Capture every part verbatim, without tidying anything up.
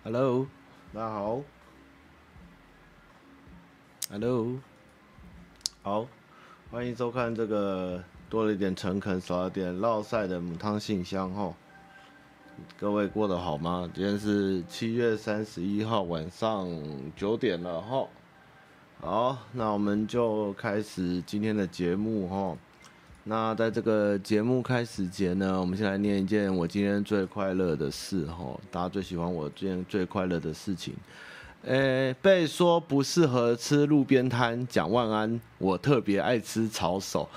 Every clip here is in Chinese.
Hello，大家好。Hello，好，欢迎收看这个多了一点诚恳，少了点烙赛的母汤信箱吼。各位过得好吗？今天是七月三十一号晚上九点了吼。好，那我们就开始今天的节目吼。那在这个节目开始前呢，我们先来念一件我今天最快乐的事吼，大家最喜欢我今天最快乐的事情。呃，被说不适合吃路边摊，蒋万安，我特别爱吃炒手。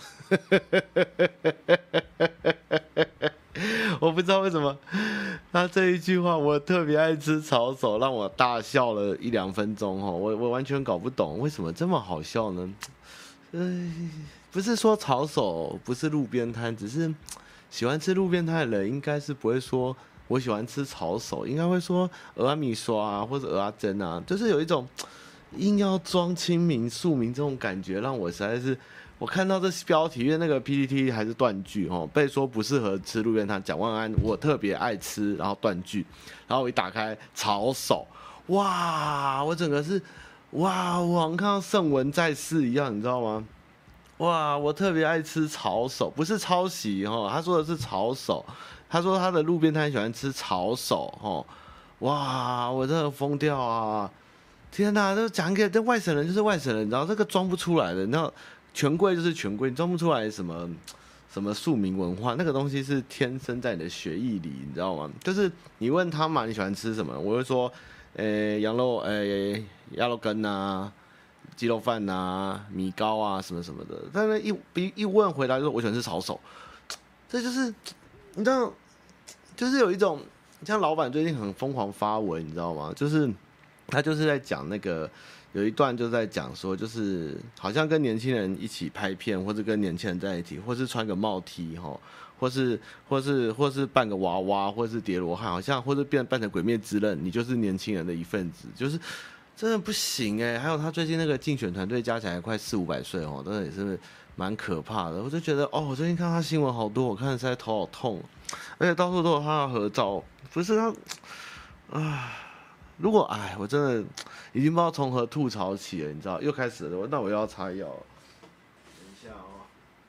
我不知道为什么，他这一句话我特别爱吃炒手，让我大笑了一两分钟哦。我我完全搞不懂为什么这么好笑呢？呃，不是说炒手不是路边摊，只是喜欢吃路边摊的人应该是不会说我喜欢吃炒手，应该会说蚵仔米刷啊，或者蚵仔煎啊，就是有一种硬要装亲民庶民这种感觉，让我实在是。我看到这标题，因为那个 P T T 还是断句哦，被说不适合吃路边摊，蒋万安我特别爱吃，然后断句，然后我一打开炒手，哇，我整个是哇，我好像看到圣文在世一样，你知道吗？哇，我特别爱吃炒手，不是抄袭哈，他说的是炒手，他说他的路边摊喜欢吃炒手哈，哇，我真的疯掉啊！天哪，这讲给这外省人就是外省人，你知道这个装不出来的，你知道。权贵就是权贵，你装不出来什么什么庶民文化，那个东西是天生在你的血液里，你知道吗？就是你问他嘛，你喜欢吃什么？我会说，呃、欸，羊肉，呃、欸，鸭肉羹啊，鸡肉饭啊，米糕啊，什么什么的。但是一一一问回答就说，我喜欢吃炒手，这就是你知道，就是有一种像老板最近很疯狂发文，你知道吗？就是他就是在讲那个。有一段就在讲说，就是好像跟年轻人一起拍片，或者跟年轻人在一起，或是穿个帽 T 哈，或是或是或是扮个娃娃，或是叠罗汉，好像或是变扮成鬼灭之刃，你就是年轻人的一份子，就是真的不行哎、欸。还有他最近那个竞选团队加起来快四五百岁哦，真的也是蛮可怕的。我就觉得哦，我最近看他新闻好多，我看实在头好痛，而且到处都有他的合照，不是他，啊。如果哎，我真的已经不知道从何吐槽起了，你知道，又开始了，那我又要擦药了。等一下哦，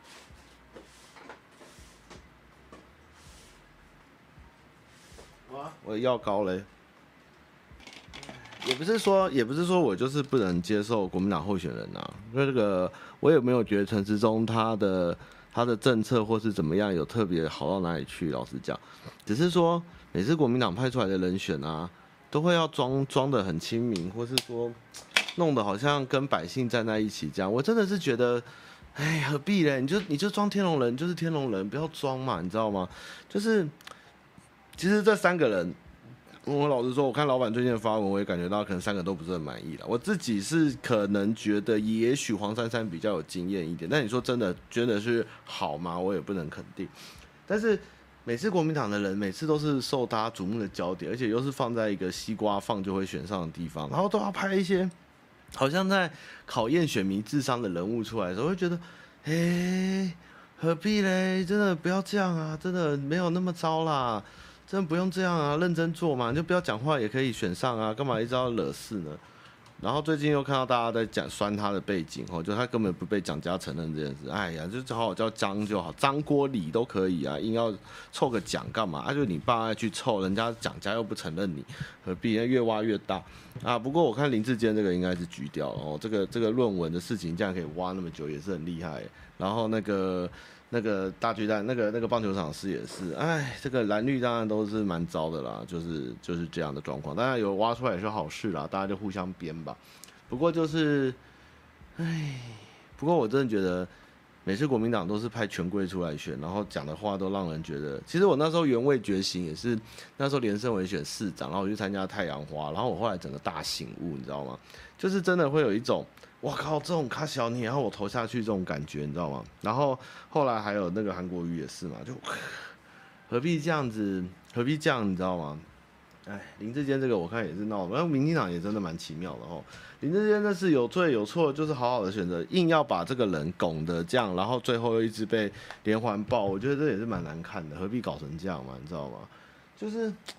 哇，我的药膏嘞，也不是说，也不是说我就是不能接受国民党候选人啊，因为这个我也没有觉得陈时中他的他的政策或是怎么样有特别好到哪里去，老实讲，只是说每次国民党派出来的人选啊。都会要装装的很亲民，或是说弄得好像跟百姓站在一起这样。我真的是觉得，哎，何必嘞？你就你就装天龙人就是天龙人，不要装嘛，你知道吗？就是其实这三个人，我老实说，我看老板最近的发文，我也感觉到可能三个都不是很满意了。我自己是可能觉得，也许黄珊珊比较有经验一点，但你说真的觉得是好吗？我也不能肯定。但是。每次国民党的人，每次都是受大家瞩目的焦点，而且又是放在一个西瓜放就会选上的地方，然后都要拍一些好像在考验选民智商的人物出来的时候，会觉得，哎，何必嘞？真的不要这样啊！真的没有那么糟啦，真的不用这样啊！认真做嘛，你就不要讲话也可以选上啊，干嘛一直要惹事呢？然后最近又看到大家在讲酸他的背景哦，就他根本不被蒋家承认这件事，哎呀，就好好叫张就好，张郭李都可以啊，硬要凑个蒋干嘛？啊，就你爸要去凑，人家蒋家又不承认你，何必？越挖越大啊！不过我看林志坚这个应该是局掉了哦，这个这个论文的事情这样可以挖那么久，也是很厉害。然后那个。那个大巨蛋，那个那个棒球场是也是，哎，这个蓝绿当然都是蛮糟的啦，就是就是这样的状况。当然有挖出来也是好事啦，大家就互相编吧。不过就是，哎，不过我真的觉得，每次国民党都是派权贵出来选，然后讲的话都让人觉得，其实我那时候原味觉醒也是那时候连胜伟选市长，然后我去参加太阳花，然后我后来整个大醒悟，你知道吗？就是真的会有一种。哇靠！这种卡小你，然后我投下去这种感觉，你知道吗？然后后来还有那个韩国瑜也是嘛，就何必这样子？何必这样？你知道吗？哎，林志坚这个我看也是闹，然后民进党也真的蛮奇妙的哦。林志坚那是有罪有错，就是好好的选择，硬要把这个人拱得这样，然后最后又一直被连环爆，我觉得这也是蛮难看的，何必搞成这样嘛？你知道吗？就是。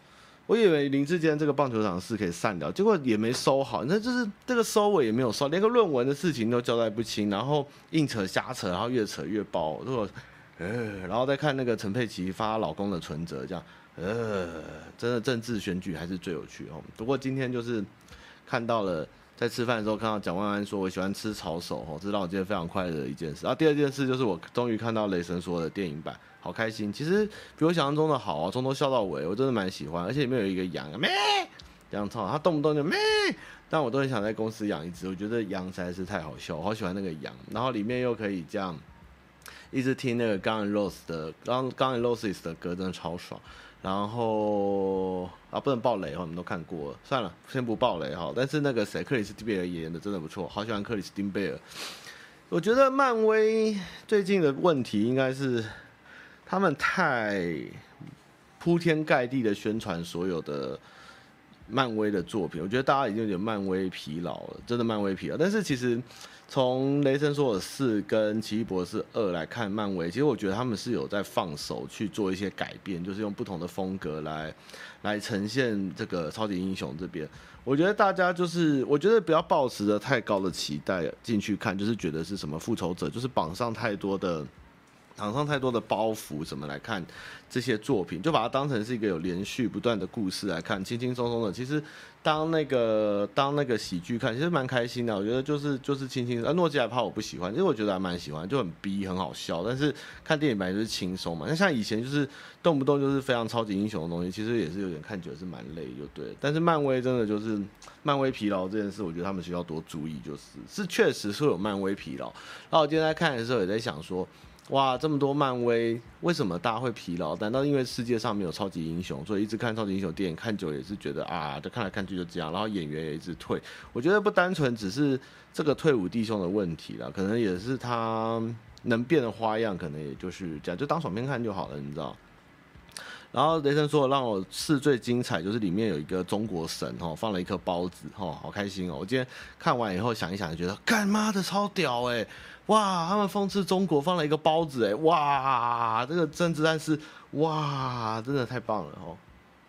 我以为林志坚这个棒球场的事可以散掉，结果也没收好，那就是这个收尾也没有收，连个论文的事情都交代不清，然后硬扯瞎扯，然后越扯越爆，如果呃，然后再看那个陈佩琪发老公的存折，这样呃，真的政治选举还是最有趣哦。不过今天就是看到了。在吃饭的时候看到蒋万安说我喜欢吃炒手哦，这是让我今天非常快乐的一件事。然后第二件事就是我终于看到雷神说的电影版，好开心。其实比我想象中的好啊，从头笑到尾，我真的蛮喜欢。而且里面有一个羊，咩这样唱，他动不动就咩，但我都很想在公司养一只。我觉得羊实在是太好笑，我好喜欢那个羊。然后里面又可以这样一直听那个 Guns N' Roses 的 Guns N' Roses 的歌，真的超爽。然后啊，不能爆雷哈，你们都看过了，算了，先不爆雷哈。但是那个谁，克里斯汀贝尔演的真的不错，好喜欢克里斯汀贝尔。我觉得漫威最近的问题应该是他们太铺天盖地的宣传所有的漫威的作品，我觉得大家已经有点漫威疲劳了，真的漫威疲劳。但是其实从雷神索尔四跟奇异博士二来看漫威，其实我觉得他们是有在放手去做一些改变，就是用不同的风格来来呈现这个超级英雄这边。我觉得大家就是，我觉得不要抱持着太高的期待进去看，就是觉得是什么复仇者，就是绑上太多的。绑上太多的包袱，怎么来看这些作品，就把它当成是一个有连续不断的故事来看，轻轻松松的。其实当那个当那个喜剧看，其实蛮开心的。我觉得就是就是轻轻啊，诺基亚炮我不喜欢，其实我觉得还蛮喜欢，就很逼很好笑。但是看电影本来就是轻松嘛，那像以前就是动不动就是非常超级英雄的东西，其实也是有点看久是蛮累，就对了。但是漫威真的就是漫威疲劳这件事，我觉得他们需要多注意，就是是确实是有漫威疲劳。然后我今天在看的时候也在想说。哇，这么多漫威，为什么大家会疲劳？难道因为世界上没有超级英雄，所以一直看超级英雄电影，看久也是觉得啊，就看来看去就这样，然后演员也一直退。我觉得不单纯只是这个退伍弟兄的问题啦，可能也是他能变的花样，可能也就是这样，就当爽片看就好了，你知道。然后雷神说让我是最精彩，就是里面有一个中国神哦，放了一颗包子哦，好开心哦！我今天看完以后想一想，觉得干妈的超屌哎、欸！哇，他们讽刺中国放了一个包子哎、欸！哇，这个政治暗示哇，真的太棒了哦！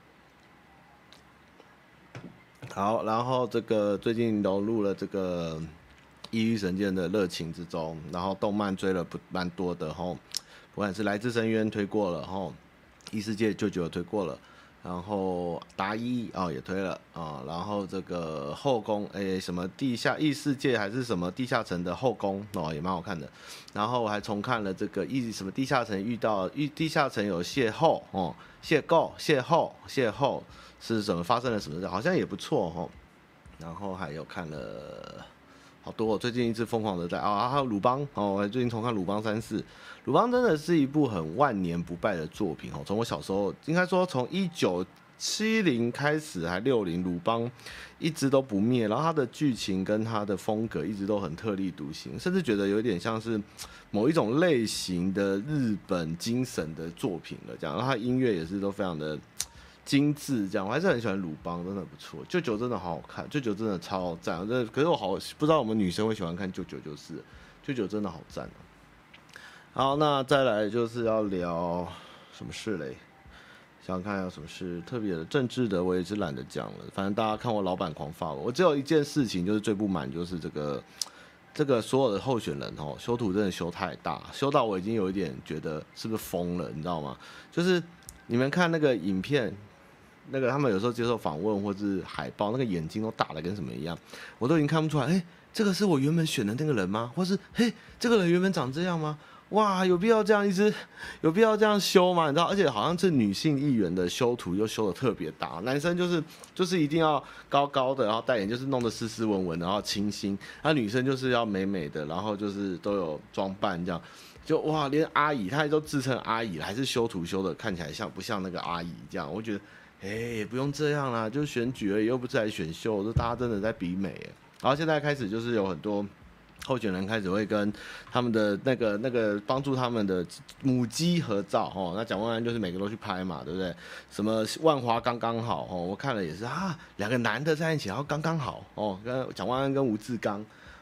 好，然后这个最近融入了这个《异域神剑》的热情之中，然后动漫追了不蛮多的吼，不管是《来自深渊》推过了吼。异世界舅舅推过了，然后达一啊、哦、也推了啊、哦，然后这个后宫诶什么地下异世界还是什么地下城的后宫哦也蛮好看的，然后我还重看了这个异什么地下城遇到遇地下城有邂逅哦邂逅邂逅邂逅是什么发生了什么事好像也不错哦，然后还有看了。好多、哦，最近一直疯狂的在啊，还有鲁邦哦，我最近重看鲁邦三四，鲁邦真的是一部很万年不败的作品哦。从我小时候，应该说从一九七零开始还六零，鲁邦一直都不灭，然后它的剧情跟它的风格一直都很特立独行，甚至觉得有点像是某一种类型的日本精神的作品了这样，然后它音乐也是都非常的。精致这样，我还是很喜欢鲁邦，真的不错。舅舅真的好好看，舅舅真的超赞。真的，可是我好不知道我们女生会喜欢看舅舅，就是舅舅真的好赞哦。好，那再来就是要聊什么事嘞？想想看有什么事特别的政治的，我也是懒得讲了。反正大家看我老板狂发我，我只有一件事情就是最不满，就是这个这个所有的候选人哦，修图真的修太大，修到我已经有一点觉得是不是疯了，你知道吗？就是你们看那个影片。那个他们有时候接受访问或是海报，那个眼睛都大的跟什么一样，我都已经看不出来。哎、欸，这个是我原本选的那个人吗？或是嘿，这个人原本长这样吗？哇，有必要这样一直有必要这样修吗？你知道，而且好像是女性议员的修图又修的特别大，男生就是就是一定要高高的，然后戴眼就是弄得斯斯文文，然后清新，那女生就是要美美的，然后就是都有装扮这样。就哇，连阿姨她都自称阿姨了，还是修图修的看起来像不像那个阿姨这样？我觉得。哎、欸，不用这样啦，就选举而已，又不是来选秀，就大家真的在比美。然后现在开始就是有很多候选人开始会跟他们的那个那个帮助他们的母鸡合照哦。那蒋万安就是每个都去拍嘛，对不对？什么万华刚刚好哦，我看了也是啊，两个男的在一起，然后刚刚好哦，跟蒋万安跟吴志刚。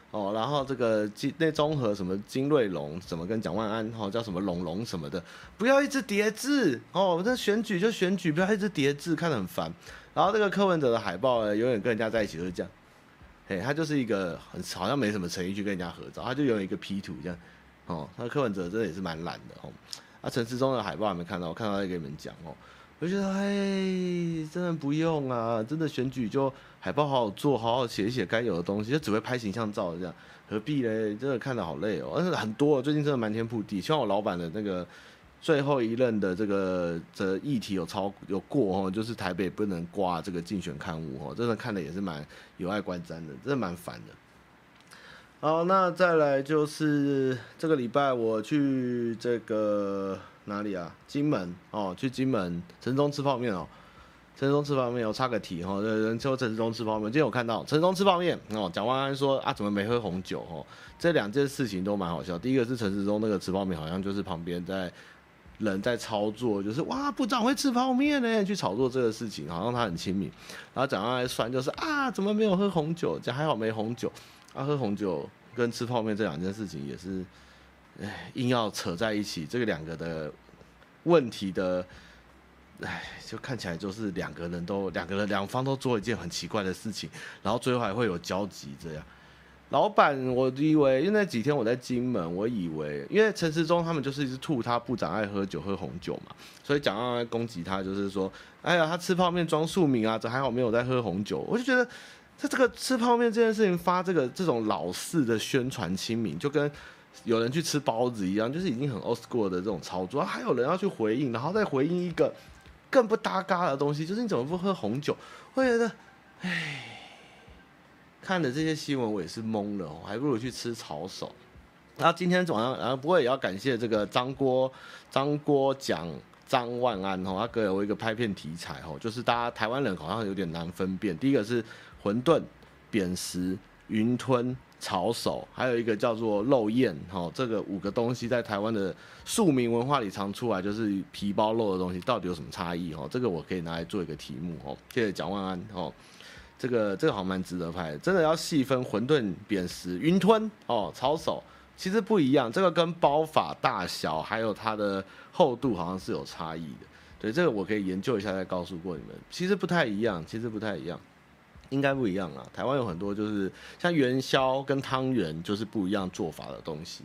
哦，然后这个金那中和什么金瑞龙，什么跟蒋万安哦叫什么龙龙什么的，不要一直叠字哦，这选举就选举，不要一直叠字，看得很烦。然后这个柯文哲的海报呢，永远跟人家在一起就是这样，嘿，他就是一个很好像没什么诚意去跟人家合照，他就有一个 P 图这样，哦，那柯文哲真的也是蛮懒的哦。啊，陈时中的海报还没看到，我看到再跟你们讲哦。我就觉得，哎，真的不用啊，真的选举就海报好好做，好好写一写该有的东西，就只会拍形象照这样，何必嘞？真的看得好累哦，但是很多，最近真的漫天铺地。希望我老板的那个最后一任的这个这议题有超有过哦，就是台北不能挂这个竞选刊物哦，真的看的也是蛮有碍观瞻的，真的蛮烦的。好，那再来就是这个礼拜我去这个哪里啊？金门哦，去金门城中吃泡面哦。城中吃泡面，我插个题哈，有人说城中吃泡面，今天我看到城中吃泡面哦，蒋万安说啊，怎么没喝红酒哦？这两件事情都蛮好笑。第一个是陈时中那个吃泡面，好像就是旁边在人在操作，就是哇，部长会吃泡面呢，去炒作这个事情，好像他很亲民。然后蒋万安酸就是啊，怎么没有喝红酒？讲还好没红酒。啊，喝红酒跟吃泡面这两件事情也是，哎，硬要扯在一起，这个两个的问题的，哎，就看起来就是两个人都两个人两方都做一件很奇怪的事情，然后最后还会有交集这样。老板，我以为因为那几天我在金门，我以为因为陈时中他们就是一直吐他部长爱喝酒喝红酒嘛，所以蒋万安攻击他就是说，哎呀，他吃泡面装庶民啊，这还好没有在喝红酒，我就觉得。他这个吃泡面这件事情发这个这种老式的宣传亲民，就跟有人去吃包子一样，就是已经很 old school 的这种操作，还有人要去回应，然后再回应一个更不搭嘎的东西，就是你怎么不喝红酒？我觉得，唉，看了这些新闻我也是懵了，还不如去吃炒手。然后今天晚上，然后不过也要感谢这个张郭张郭奖。张万安哦，他给了我一个拍片题材哦，就是大家台湾人好像有点难分辨。第一个是馄饨、扁食、云吞、炒手，还有一个叫做肉燕哦，这个五个东西在台湾的庶民文化里常出来，就是皮包肉的东西，到底有什么差异哦？这个我可以拿来做一个题目哦。谢谢蒋万安哦，这个这个好像蛮值得拍的，真的要细分馄饨、扁食、云吞哦、炒手。其实不一样，这个跟包法大小还有它的厚度好像是有差异的。对，这个我可以研究一下再告诉过你们。其实不太一样，其实不太一样，应该不一样啊。台湾有很多就是像元宵跟汤圆就是不一样做法的东西。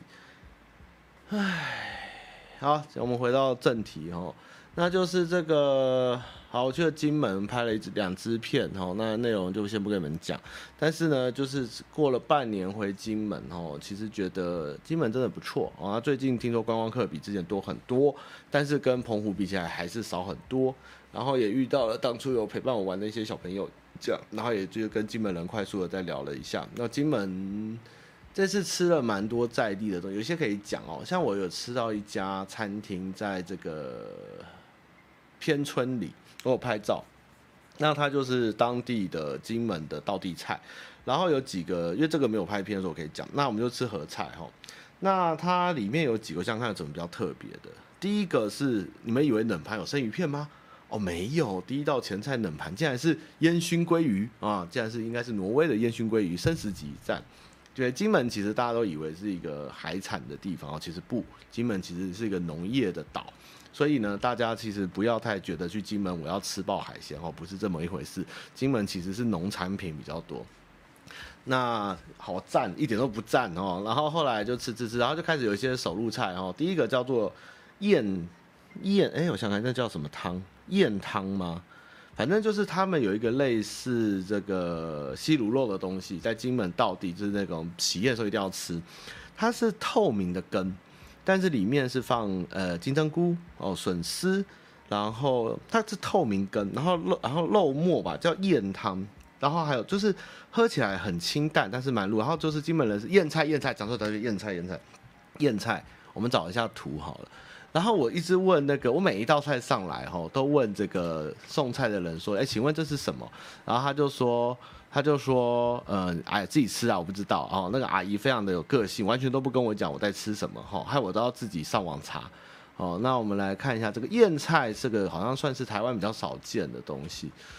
唉，好，我们回到正题哦，那就是这个。好，我去了金门拍了一支两支片哈，那内容就先不跟你们讲。但是呢，就是过了半年回金门哦，其实觉得金门真的不错啊。最近听说观光客比之前多很多，但是跟澎湖比起来还是少很多。然后也遇到了当初有陪伴我玩的一些小朋友，这样，然后也就跟金门人快速的再聊了一下。那金门这次吃了蛮多在地的东西，有些可以讲哦，像我有吃到一家餐厅在这个偏村里。我有拍照，那它就是当地的金门的道地菜，然后有几个，因为这个没有拍片的时候我可以讲，那我们就吃合菜哈。那它里面有几个像看有什么比较特别的，第一个是你们以为冷盘有生鱼片吗？哦，没有，第一道前菜冷盘竟然是烟熏鲑鱼啊，竟然是应该是挪威的烟熏鲑鱼，生食级赞。对，金门其实大家都以为是一个海产的地方，其实不，金门其实是一个农业的岛。所以呢，大家其实不要太觉得去金门我要吃爆海鲜哦，不是这么一回事。金门其实是农产品比较多。那好赞，一点都不赞哦。然后后来就吃吃吃，然后就开始有一些手入菜哦。第一个叫做燕燕，哎，我想想那叫什么汤？燕汤吗？反正就是他们有一个类似这个西卤肉的东西，在金门道地就是那种喜宴的时候一定要吃，它是透明的羹。但是里面是放呃金针菇哦笋丝，然后它是透明羹，然后肉然后肉末吧叫燕汤，然后还有就是喝起来很清淡，但是蛮入，然后就是金门人是燕菜燕菜，讲说它是燕菜燕菜燕菜，我们找一下图好了。然后我一直问那个，我每一道菜上来哈，都问这个送菜的人说，哎，请问这是什么？然后他就说。他就说，呃，哎，自己吃啊，我不知道哦。那个阿姨非常的有个性，完全都不跟我讲我在吃什么，哈、哦，害我都要自己上网查。哦，那我们来看一下这个燕菜，这个好像算是台湾比较少见的东西。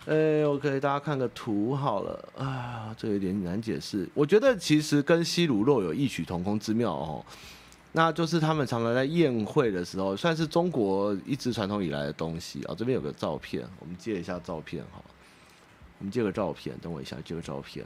呃，我给大家看个图好了啊，这有点难解释。我觉得其实跟西卤肉有异曲同工之妙哦。那就是他们常常在宴会的时候，算是中国一直传统以来的东西啊、哦。这边有个照片，我们借一下照片好了，我们借个照片，等我一下，借个照片。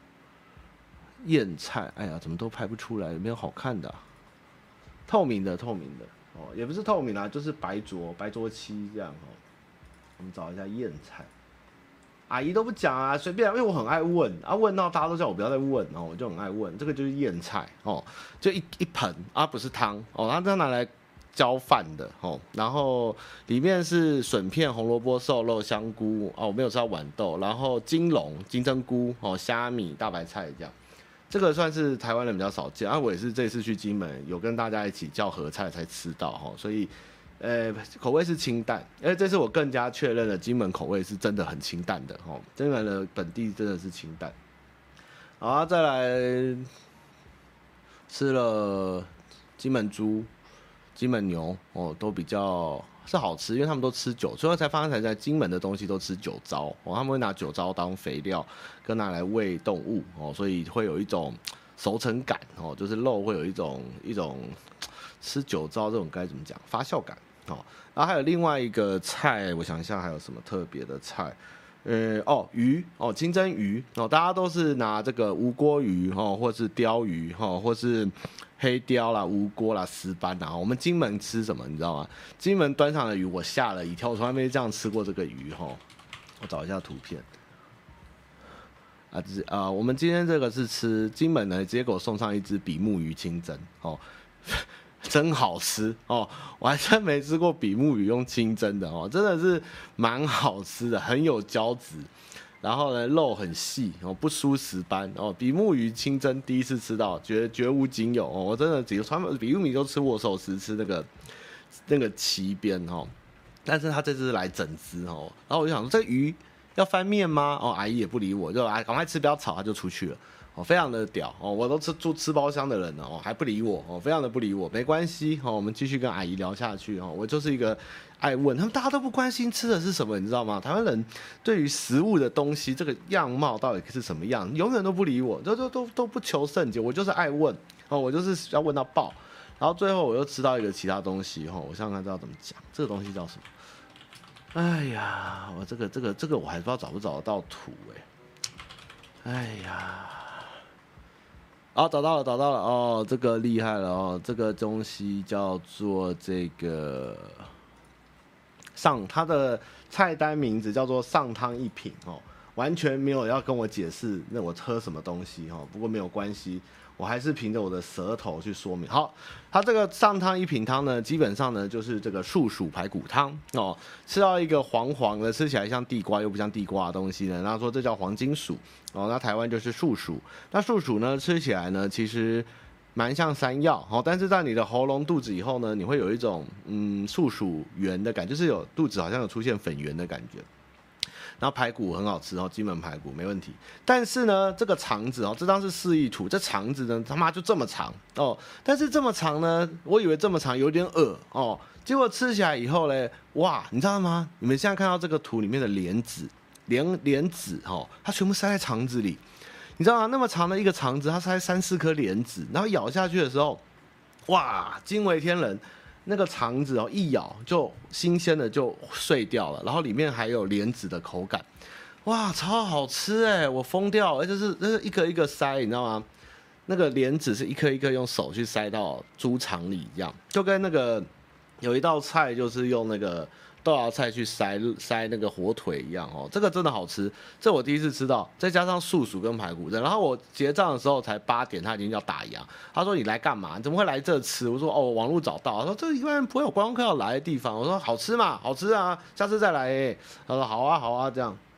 燕菜，哎呀，怎么都拍不出来，有没有好看的、啊？透明的，透明的哦，也不是透明啊，就是白灼白灼漆这样哦。我们找一下燕菜。阿姨都不讲啊，随便，因为我很爱问啊，问到大家都叫我不要再问哦，我就很爱问。这个就是燕菜哦，就一一盆啊，不是汤哦，它是拿来浇饭的哦。然后里面是笋片、红萝卜、瘦肉、香菇哦，我没有吃到豌豆，然后金龙、金针菇哦、虾米、大白菜这样。这个算是台湾人比较少见啊，我也是这次去金门有跟大家一起叫合菜才吃到哈，所以。呃，口味是清淡，因为这次我更加确认了金门口味是真的很清淡的哦，金门的本地真的是清淡。好啊，再来吃了金门猪、金门牛哦，都比较是好吃，因为他们都吃酒，所以我才发现在金门的东西都吃酒糟哦，他们会拿酒糟当肥料，跟拿来喂动物哦，所以会有一种熟成感哦，就是肉会有一种一种吃酒糟这种该怎么讲发酵感。哦，然后还有另外一个菜，我想一下还有什么特别的菜，呃，哦，鱼哦，清蒸鱼哦，大家都是拿这个无锅鱼哦，或是鲷鱼哦，或是黑鲷啦、无锅啦、石斑啦。我们金门吃什么你知道吗？金门端上的鱼我吓了一跳，我从来没这样吃过这个鱼哈。我找一下图片。啊，这啊、呃，我们今天这个是吃金门呢，直接给我送上一只比目鱼清蒸哦。真好吃哦！我还真没吃过比目鱼用清蒸的哦，真的是蛮好吃的，很有胶质，然后呢肉很细哦，不输石斑哦。比目鱼清蒸第一次吃到，觉得绝无仅有哦！我真的只川比目鱼都吃握寿司，吃那个那个鳍边哦，但是他这次来整只哦，然后我就想说这鱼要翻面吗？哦，阿姨也不理我，就啊赶快吃，不要吵，他就出去了。哦，非常的屌哦！我都吃住吃包厢的人了哦，还不理我哦，非常的不理我，没关系哦，我们继续跟阿姨聊下去哦。我就是一个爱问，他们大家都不关心吃的是什么，你知道吗？台湾人对于食物的东西这个样貌到底是什么样，永远都不理我，都都都都不求甚解。我就是爱问哦，我就是要问到爆，然后最后我又吃到一个其他东西哦，我想想看知道怎么讲，这个东西叫什么？哎呀，我这个这个这个我还不知道找不找得到图哎、欸，哎呀。好，找到了，找到了哦，这个厉害了哦，这个东西叫做这个上，它的菜单名字叫做上汤一品哦，完全没有要跟我解释那我喝什么东西哦，不过没有关系，我还是凭着我的舌头去说明。好，它这个上汤一品汤呢，基本上呢就是这个素薯排骨汤哦，吃到一个黄黄的，吃起来像地瓜又不像地瓜的东西呢，然后说这叫黄金薯。哦，那台湾就是素薯，那素薯呢吃起来呢，其实蛮像山药，哦，但是在你的喉咙、肚子以后呢，你会有一种嗯素薯圆的感觉，就是有肚子好像有出现粉圆的感觉。然后排骨很好吃哦，金门排骨没问题。但是呢，这个肠子哦，这张是示意图，这肠子呢他妈就这么长哦，但是这么长呢，我以为这么长有点恶哦，结果吃起来以后嘞，哇，你知道吗？你们现在看到这个图里面的莲子。莲莲子哦，它全部塞在肠子里，你知道吗？那么长的一个肠子，它塞三四颗莲子，然后咬下去的时候，哇，惊为天人！那个肠子哦，一咬就新鲜的就碎掉了，然后里面还有莲子的口感，哇，超好吃哎！我疯掉，而且是那是一颗一颗塞，你知道吗？那个莲子是一颗一颗用手去塞到猪肠里一样，就跟那个有一道菜就是用那个。豆芽菜去塞塞那个火腿一样哦，这个真的好吃，这我第一次吃到，再加上素薯跟排骨然后我结账的时候才八点，他已经要打烊，他说你来干嘛？你怎么会来这吃？我说哦，网络找到，他说这一般不会有观光客要来的地方，我说好吃嘛，好吃啊，下次再来欸。他说好啊好啊这样。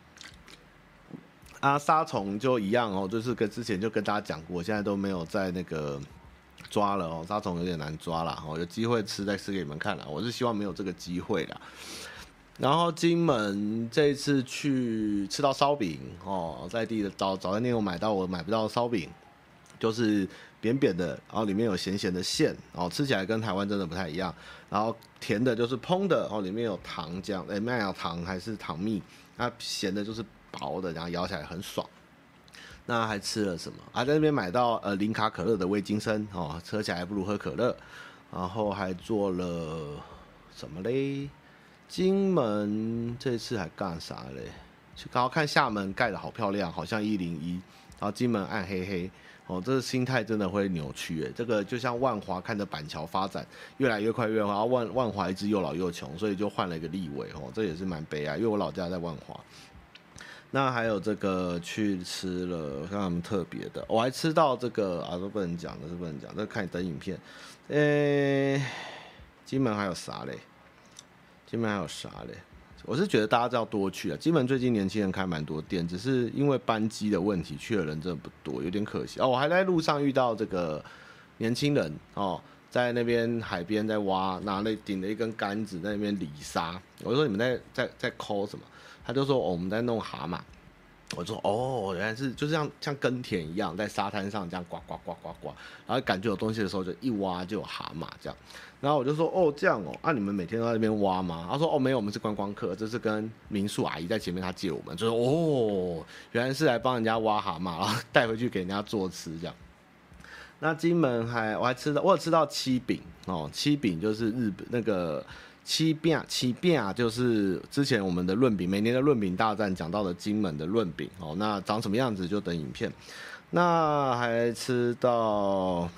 啊，杀虫就一样哦，就是跟之前就跟大家讲过，现在都没有在那个。抓了哦，杀虫有点难抓啦哦，有机会吃再吃给你们看啦。我是希望没有这个机会啦。然后金门这一次去吃到烧饼哦，在地的早早餐店有买到我买不到的烧饼，就是扁扁的，然后里面有咸咸的馅，哦，吃起来跟台湾真的不太一样。然后甜的就是烹的哦，里面有糖浆，哎，麦芽糖还是糖蜜， 那咸的就是薄的，然后咬起来很爽。那还吃了什么啊？在那边买到呃零卡可乐的味精生哦，喝起来还不如喝可乐。然后还做了什么嘞？金门这次还干啥嘞？然后看厦门盖的好漂亮，好像一零一，然后金门暗黑黑。哦，这个心态真的会扭曲诶。这个就像万华看着板桥发展越来越快越快，然后万万华一直又老又穷，所以就换了一个立委哦，这也是蛮悲哀，因为我老家在万华。那还有这个去吃了，看他们特别的，我还吃到这个啊，都不能讲的，是不能讲，这看你等影片。诶，金门还有啥嘞？金门还有啥嘞？我是觉得大家要多去啊。金门最近年轻人开蛮多店，只是因为班机的问题，去的人真的不多，有点可惜哦。我还在路上遇到这个年轻人哦，在那边海边在挖，拿了顶了一根杆子在那边理沙。我就说你们在在在抠什么？他就说、哦、我们在弄蛤蟆。我说哦，原来是就像像耕田一样，在沙滩上这样刮刮刮刮刮，然后感觉有东西的时候就一挖就有蛤蟆这样。然后我就说哦这样哦，啊你们每天都在那边挖吗？他说哦没有，我们是观光客，这是跟民宿阿姨在前面她借我们，就说哦原来是来帮人家挖蛤蟆，然后带回去给人家做吃这样。那金门还我还吃到我有吃到七饼哦，七饼就是日本那个。七饼七饼就是之前我们的润饼，每年的润饼大战讲到的金门的润饼哦，那长什么样子就等影片。那还吃到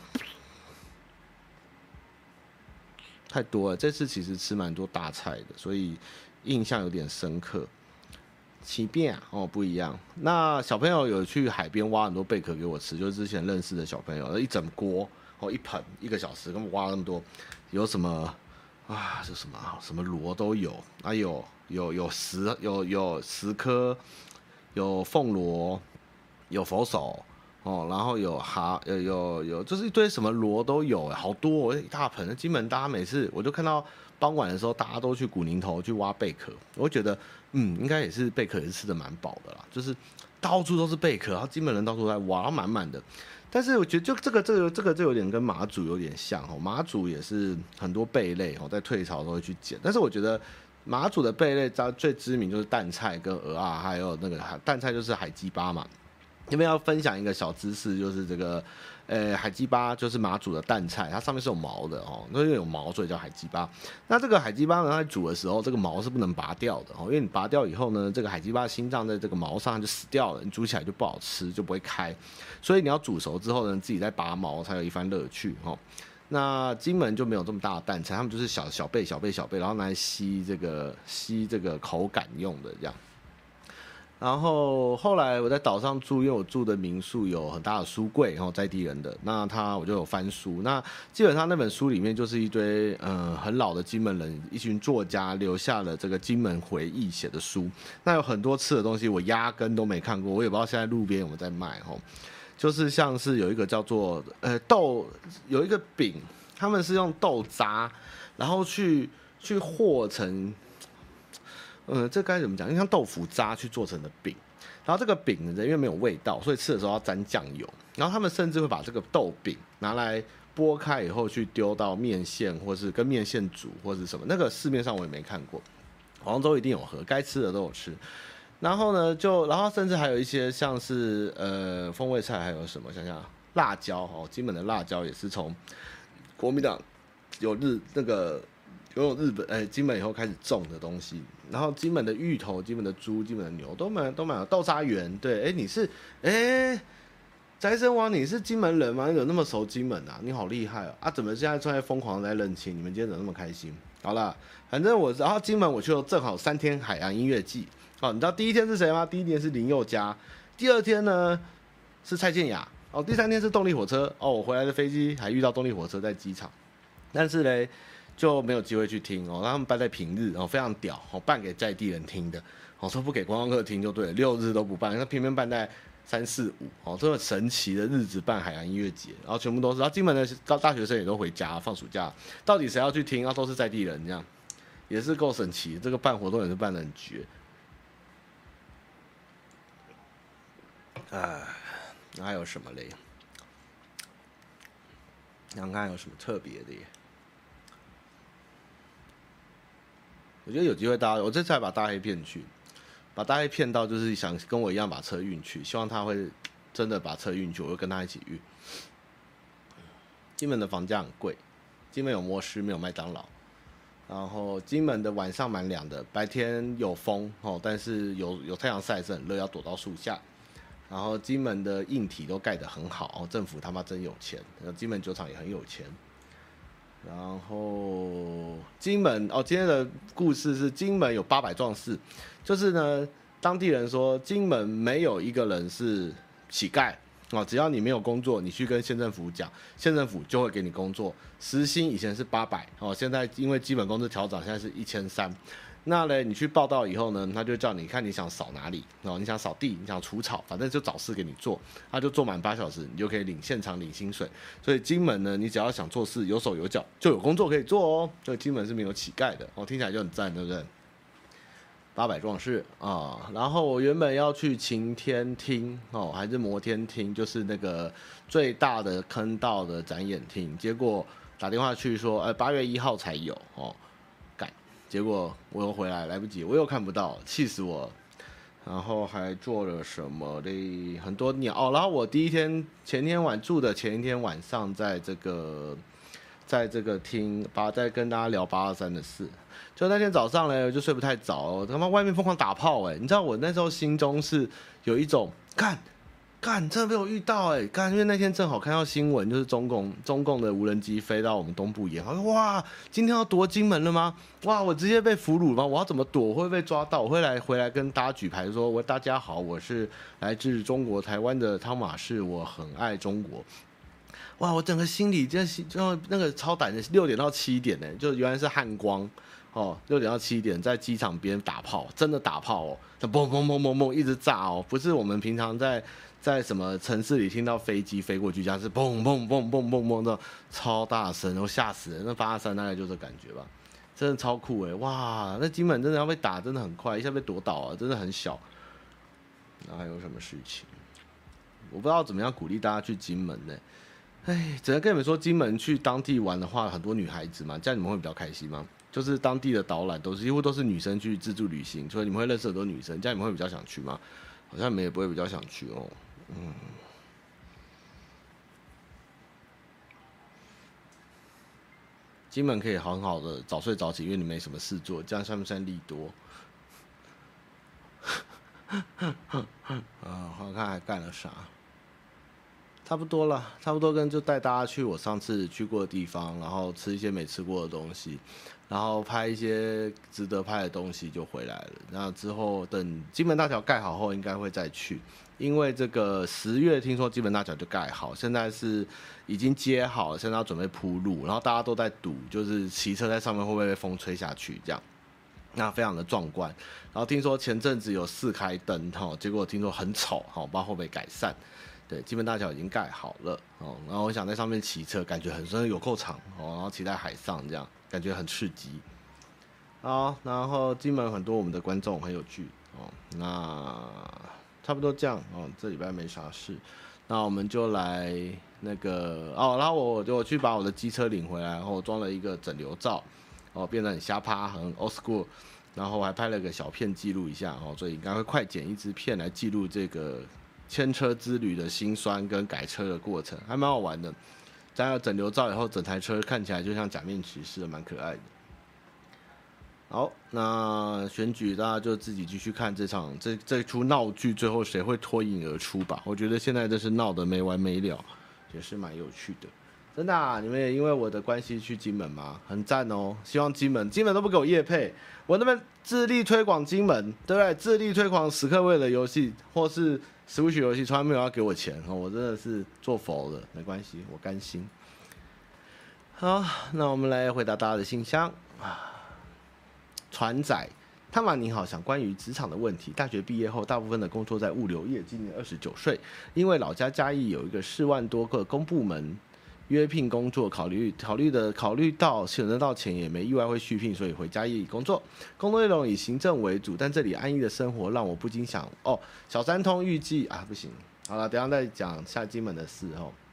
太多了，这次其实吃蛮多大菜的，所以印象有点深刻。七饼哦不一样。那小朋友有去海边挖很多贝壳给我吃，就是之前认识的小朋友，一整锅哦一盆一个小时，根本挖那么多，有什么？啊，这什么什么螺都有啊，有有有石有有石科，有凤螺，有佛手哦，然后有哈有有有，就是一堆什么螺都有，好多一大盆。金门大家每次我就看到傍晚的时候，大家都去古宁头去挖贝壳，我会觉得嗯，应该也是贝壳也是吃的蛮饱的啦，就是到处都是贝壳，然后金门人到处在挖，满满的。但是我觉得就这个这个这个就有点跟马祖有点像哦，马祖也是很多贝类哦，在退潮都会去捡。但是我觉得马祖的贝类最知名就是淡菜跟鹅啊，还有那个淡菜就是海鸡巴嘛。这边要分享一个小知识，就是这个，呃，海鸡巴就是马祖的淡菜，它上面是有毛的哦，因为有毛所以叫海鸡巴。那这个海鸡巴呢，它煮的时候这个毛是不能拔掉的哦，因为你拔掉以后呢，这个海鸡巴的心脏在这个毛上就死掉了，你煮起来就不好吃，就不会开。所以你要煮熟之后呢，自己再拔毛才有一番乐趣哦。那金门就没有这么大的淡菜，他们就是小小贝小贝小贝，然后拿来吸这个吸这个口感用的这样。然后后来我在岛上住，因为我住的民宿有很大的书柜，然后在地人的，那他我就有翻书，那基本上那本书里面就是一堆呃很老的金门人，一群作家留下了这个金门回忆写的书，那有很多次的东西我压根都没看过，我也不知道现在路边有没有在卖吼，就是像是有一个叫做呃豆有一个饼，他们是用豆渣，然后去去和成。呃，这该怎么讲？因为像豆腐渣去做成的饼，然后这个饼呢，因为没有味道，所以吃的时候要沾酱油。然后他们甚至会把这个豆饼拿来剥开以后去丢到面线，或是跟面线煮，或是什么。那个市面上我也没看过，黄州一定有喝，该吃的都有吃。然后呢，就然后甚至还有一些像是呃风味菜，还有什么？想想辣椒哦，金门的辣椒也是从国民党有日那个。有日本哎、欸，金门以后开始种的东西，然后金门的芋头、金门的猪、金门的牛都买都买了。豆沙园，对，哎、欸，你是哎，欸、宅神王，你是金门人吗？你怎么那么熟金门啊？你好厉害哦！啊，怎么现在正在疯狂在认亲？你们今天怎么那么开心？好啦，反正我然后金门我去了正好三天海洋音乐季。哦，你知道第一天是谁吗？第一天是林宥嘉，第二天呢是蔡健雅，哦，第三天是动力火车。哦，我回来的飞机还遇到动力火车在机场，但是嘞。就没有机会去听哦，他们办在平日哦，非常屌哦，办给在地人听的哦，说不给观光客听就对了，六日都不办，那偏偏办在三四五哦，这么神奇的日子办海洋音乐节，然后全部都是，然后金门的大学生也都回家放暑假，到底谁要去听？啊，都是在地人这样，也是够神奇，这个办活动也是办得很绝。啊，还有什么嘞？想看有什么特别的耶？我觉得有机会大家，我这次还把大黑骗去， 把大家骗到就是想跟我一样把车运去，希望他会真的把车运去，我会跟他一起运。金门的房价很贵，金门有摩斯没有麦当劳，然后金门的晚上蛮凉的，白天有风哦，但是有有太阳晒是很热，要躲到树下。然后金门的硬体都盖得很好，哦，政府他妈真有钱，金门酒厂也很有钱。然后金门哦，今天的故事是金门有八百壮士，就是呢，当地人说金门没有一个人是乞丐哦，只要你没有工作，你去跟县政府讲，县政府就会给你工作。时薪以前是八百哦，现在因为基本工资调涨，现在是一千三。那嘞，你去报到以后呢，他就叫你看你想扫哪里哦，你想扫地，你想除草，反正就找事给你做，他就做满八小时，你就可以领现场领薪水。所以金门呢，你只要想做事，有手有脚，就有工作可以做哦。所以金门是没有乞丐的哦，听起来就很赞，对不对？八百壮士啊，然后我原本要去擎天厅哦，还是摩天厅，就是那个最大的坑道的展演厅，结果打电话去说，呃，八月一号才有哦。结果我又回来来不及，我又看不到，气死我！然后还做了什么嘞？很多鸟哦。然后我第一天前天晚住的前一天晚上，在这个在这个厅把在跟大家聊八二三的事。就那天早上嘞，我就睡不太着，他妈外面疯狂打炮哎、欸！你知道我那时候心中是有一种看。干，真的被我遇到哎、欸！干，因为那天正好看到新闻，就是中共中共的无人机飞到我们东部沿海，哇，今天要夺金门了吗？哇，我直接被俘虏吗？我要怎么躲？我会被抓到？我会来回来跟大家举牌说，我大家好，我是来自中国台湾的汤马士，我很爱中国。哇，我整个心里就就那个超胆的，六点到七点呢、欸，就原来是汉光。哦，六点到七点在机场边打炮，真的打炮哦，砰砰砰砰砰一直炸哦，不是我们平常在在什么城市里听到飞机飞过去，这样是砰砰砰砰砰砰的超大声，然后吓死人。那八二三大概就这感觉吧，真的超酷哎，哇，那金门真的要被打，真的很快，一下被夺倒啊，真的很小。那还有什么事情？我不知道怎么样鼓励大家去金门呢、欸？哎，只能跟你们说，金门去当地玩的话，很多女孩子嘛，这样你们会比较开心吗？就是当地的导览都是几乎都是女生去自助旅行，所以你们会认识很多女生，这样你们会比较想去吗？好像你们也不会比较想去哦。嗯，金门可以很好的早睡早起，因为你没什么事做，这样算不算利多？啊，我看还干了啥？差不多了，差不多跟就带大家去我上次去过的地方，然后吃一些没吃过的东西，然后拍一些值得拍的东西就回来了。那之后等金门大桥盖好后，应该会再去，因为这个十月听说金门大桥就盖好，现在是已经接好了，现在要准备铺路，然后大家都在赌，就是骑车在上面会不会被风吹下去这样。那非常的壮观，然后听说前阵子有四开灯哈，结果听说很丑哈，不知道会不会改善。对，金门大桥已经盖好了哦，然后我想在上面骑车，感觉很真的有够长哦，然后骑在海上这样，感觉很刺激。好，然后金门很多我们的观众很有趣哦，那差不多这样哦，这礼拜没啥事，那我们就来那个哦，然后我就去把我的机车领回来，然后我装了一个整流罩，哦，变得很瞎趴，很 old school， 然后我还拍了个小片记录一下哦，所以应该会快剪一支片来记录这个。牵车之旅的辛酸跟改车的过程还蛮好玩的，加了整流罩以后，整台车看起来就像假面骑士，蛮可爱的。好，那选举大家就自己继续看这场这这出闹剧，最后谁会脱颖而出吧？我觉得现在这是闹得没完没了，也是蛮有趣的。真的、啊，你们也因为我的关系去金门吗？很赞哦！希望金门金门都不给我业配，我那边致力推广金门，对不对？致力推广史克威尔的游戏或是 Switch 游戏，从来没有要给我钱哦，我真的是做佛了，没关系，我甘心。好，那我们来回答大家的信箱啊。船仔，汤马你好，想关于职场的问题。大学毕业后，大部分的工作在物流业，今年二十九岁，因为老家嘉义有一个四万多个公部门约聘工作，考虑考虑的考虑到选得到钱，也没意外会续聘，所以回嘉义工作。工作内容以行政为主，但这里安逸的生活让我不禁想，哦，小三通预计啊不行，好了，等一下再讲下金门的事哦。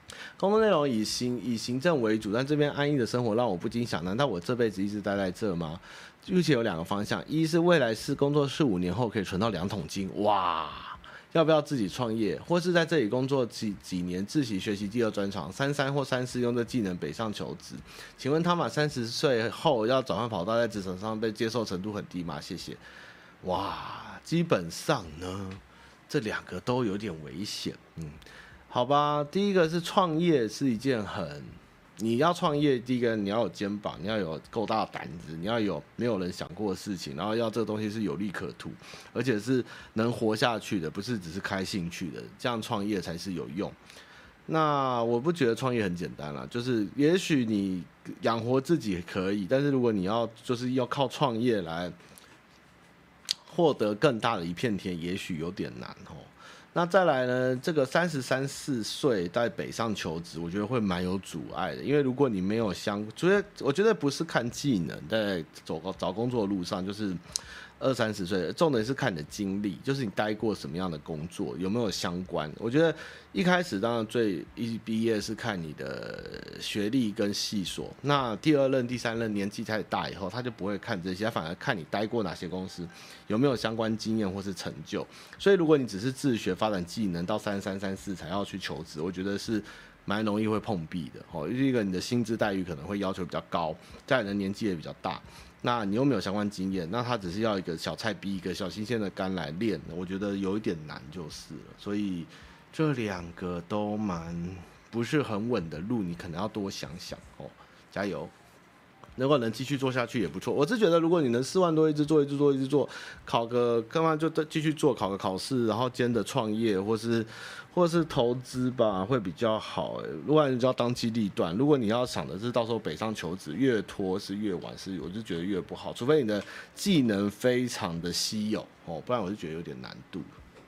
工作内容以行以行政为主，但这边安逸的生活让我不禁想：难道我这辈子一直待在这吗？目前有两个方向，一是未来是工作四五年后可以存到两桶金，哇！要不要自己创业，或是在这里工作几几年，自习学习第二专长，三三或三四用这技能北上求职？请问他们三十岁后要转换跑道，在职场上被接受程度很低吗？谢谢。哇，基本上呢，这两个都有点危险。嗯，好吧，第一个是创业是一件很。你要创业，第一个你要有肩膀，你要有够大的胆子，你要有没有人想过的事情，然后要这个东西是有利可图，而且是能活下去的，不是只是开兴趣的，这样创业才是有用。那我不觉得创业很简单啦，就是也许你养活自己可以，但是如果你要就是要靠创业来获得更大的一片天，也许有点难哦。那再来呢？这个三十三四岁在北上求职，我觉得会蛮有阻碍的。因为如果你没有相，觉得我觉得不是看技能，在走找工作的路上，就是二三十岁，重点是看你的经历，就是你待过什么样的工作，有没有相关。我觉得一开始当然最一毕业是看你的学历跟系所，那第二任、第三任年纪开始大以后，他就不会看这些，他反而看你待过哪些公司，有没有相关经验或是成就。所以如果你只是自学发展技能，到三三三四才要去求职，我觉得是蛮容易会碰壁的。哦，第一个你的薪资待遇可能会要求比较高，再来你的年纪也比较大。那你又没有相关经验，那他只是要一个小菜逼一个小新鲜的肝来练，我觉得有一点难就是了。所以这两个都蛮不是很稳的路，你可能要多想想哦，加油！如果能继续做下去也不错。我是觉得，如果你能四万多一直做，一直做，一直做，考个干嘛就继续做，考个考试，然后兼着创业，或是或是投资吧，会比较好。如果你就要当机立断，如果你要想的是到时候北上求职，越拖是越晚，是我就觉得越不好。除非你的技能非常的稀有哦，不然我就觉得有点难度。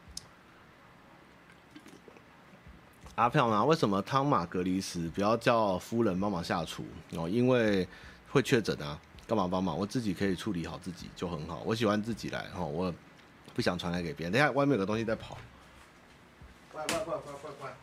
阿票吗？为什么汤马隔离时不要叫夫人帮忙下厨哦？因为会确诊啊，干嘛帮忙？我自己可以处理好自己就很好。我喜欢自己来哈，我不想传染给别人。等一下外面有个东西在跑，快快快快快快！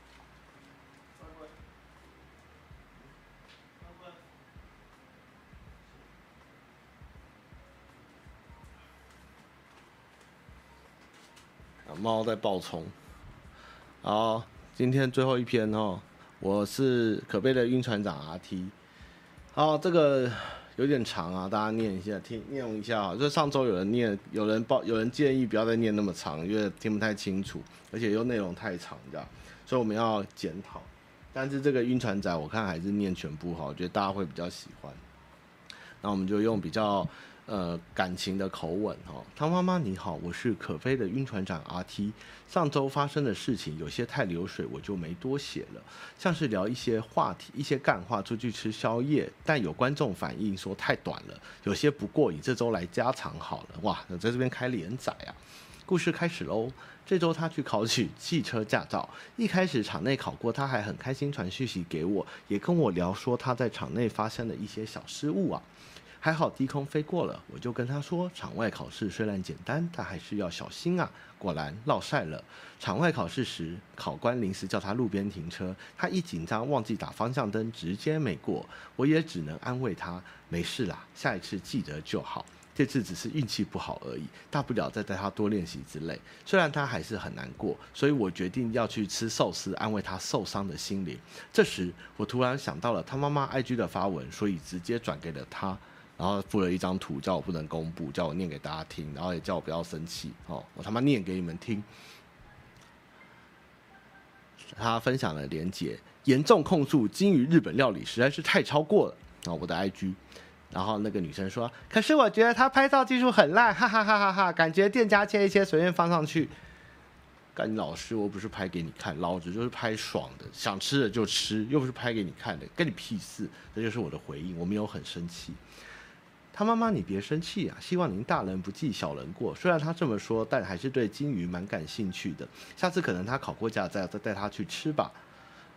猫在暴冲。好，今天最后一篇哦，我是可悲的晕船长 R T。好，这个有点长啊，大家念一下，听念一下啊。就是上周有人念，有人报，有人建议不要再念那么长，因为听不太清楚，而且又内容太长，这样，所以我们要检讨。但是这个晕船仔，我看还是念全部好，我觉得大家会比较喜欢。那我们就用比较呃感情的口吻哦。汤妈妈你好，我是可悲的晕船长 R T。上周发生的事情有些太流水，我就没多写了，像是聊一些话题、一些干话，出去吃宵夜，但有观众反映说太短了，有些不过瘾，这周来加长好了。哇，那在这边开连载啊！故事开始喽。这周他去考取汽车驾照，一开始场内考过，他还很开心传讯息给我，也跟我聊说他在场内发生的一些小失误啊。还好低空飞过了，我就跟他说，场外考试虽然简单，但还是要小心啊。果然落晒了。场外考试时，考官临时叫他路边停车，他一紧张忘记打方向灯，直接没过。我也只能安慰他，没事啦，下一次记得就好。这次只是运气不好而已，大不了再带他多练习之类。虽然他还是很难过，所以我决定要去吃寿司，安慰他受伤的心灵。这时，我突然想到了他妈妈 I G 的发文，所以直接转给了他。然后附了一张图，叫我不能公布，叫我念给大家听，然后也叫我不要生气哦，我他妈念给你们听。他分享了连结，严重控诉金鱼日本料理实在是太超过了哦，我的 I G。然后那个女生说，可是我觉得他拍照技术很烂，哈哈哈哈哈，感觉店家切一切随便放上去。干你老师，我不是拍给你看，老子就是拍爽的，想吃的就吃，又不是拍给你看的，跟你屁事。这就是我的回应，我没有很生气。他妈妈，你别生气啊！希望您大人不计小人过。虽然他这么说，但还是对金鱼蛮感兴趣的。下次可能他考过驾照，再带他去吃吧。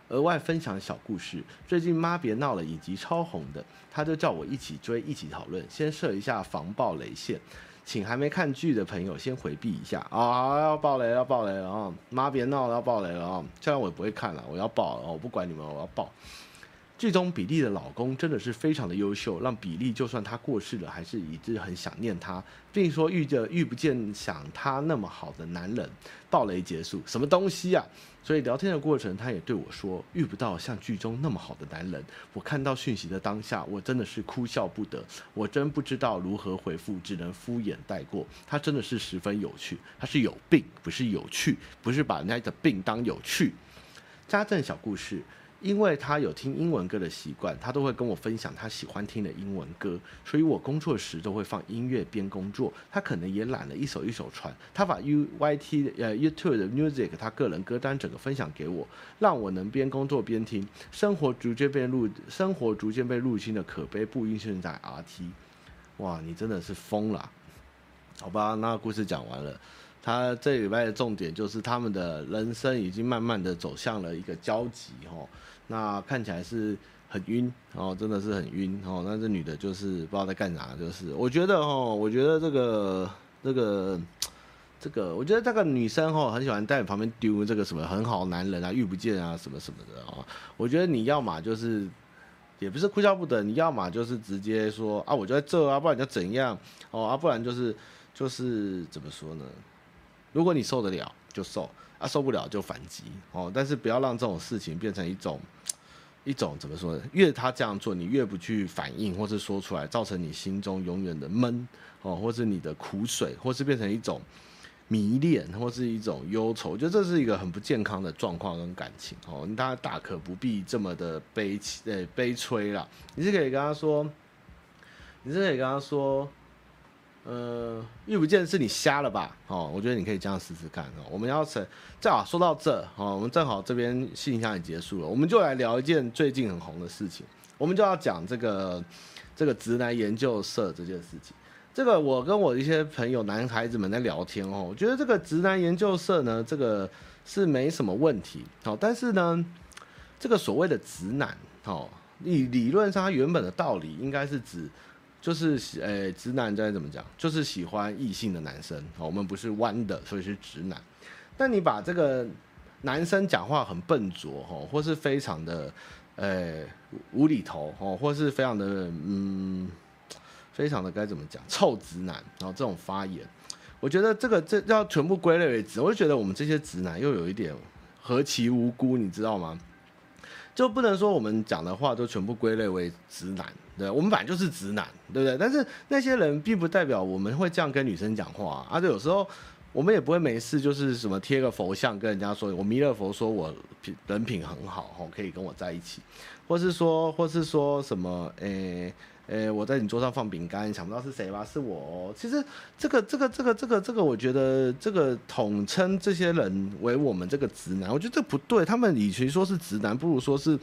额外分享小故事，最近妈别闹了以及超红的，他就叫我一起追一起讨论，先设一下防爆雷线，请还没看剧的朋友先回避一下啊！要爆雷要爆雷了啊！妈别闹了要爆雷了啊！虽然我也不会看了，我要爆了，我不管你们，我要爆。剧中比利的老公真的是非常的优秀，让比利就算他过世了，还是一直很想念他，并说遇着遇不见想他那么好的男人。爆雷结束，什么东西啊？所以聊天的过程，他也对我说，遇不到像剧中那么好的男人。我看到讯息的当下，我真的是哭笑不得，我真不知道如何回复，只能敷衍带过。他真的是十分有趣，他是有病，不是有趣，不是把人家的病当有趣。家政小故事。因为他有听英文歌的习惯，他都会跟我分享他喜欢听的英文歌，所以我工作时都会放音乐边工作。他可能也懒了一首一首传，他把 U Y T 呃 YouTube 的 Music 他个人歌单整个分享给我，让我能边工作边听。生活逐渐被入生活逐渐被入侵的可悲不应现在 R T， 哇，你真的是疯了，好吧？那故事讲完了。他这礼拜的重点就是他们的人生已经慢慢的走向了一个交集哦，那看起来是很晕哦，真的是很晕哦。那这女的就是不知道在干啥，就是我觉得哦，我觉得这个这个这个，我觉得这个女生哦很喜欢在你旁边丢这个什么很好的男人啊，遇不见啊什么什么的哦。我觉得你要嘛就是也不是哭笑不得，你要嘛就是直接说啊，我就在这啊，不然你就怎样哦啊，不然就是就是怎么说呢？如果你受得了就受啊，受不了就反击哦。但是不要让这种事情变成一种一种怎么说呢？越他这样做，你越不去反应或是说出来，造成你心中永远的闷哦，或是你的苦水，或是变成一种迷恋，或是一种忧愁。我觉得这是一个很不健康的状况跟感情哦。你大家大可不必这么的悲呃悲催啦。你是可以跟他说，你是可以跟他说。呃，遇不见是你瞎了吧？哦，我觉得你可以这样试试看哦。我们要正好说到这，哦，我们正好这边信箱也结束了，我们就来聊一件最近很红的事情。我们就要讲这个这个直男研究社这件事情。这个我跟我一些朋友男孩子们在聊天哦，我觉得这个直男研究社呢，这个是没什么问题，哦，但是呢，这个所谓的直男，哦，理理论上它原本的道理应该是指。就是呃，直男在怎么讲？就是喜欢异性的男生，我们不是弯的，所以是直男。但你把这个男生讲话很笨拙，或是非常的呃无厘头，或是非常的嗯，非常的该怎么讲？臭直男，然后这种发言，我觉得这个这要全部归类为直，我就觉得我们这些直男又有一点何其无辜，你知道吗？就不能说我们讲的话都全部归类为直男，对，我们本来就是直男，对不对？但是那些人并不代表我们会这样跟女生讲话啊，啊就有时候我们也不会没事就是什么贴个佛像跟人家说，我弥勒佛说我人品很好，可以跟我在一起，或是说，或是说什么，诶。呃，我在你桌上放饼干，想不到是谁吧？是我哦。其实这个、这个、这个、这个、这个，我觉得这个统称这些人为我们这个直男，我觉得这不对。他们与其说是直男，不如说是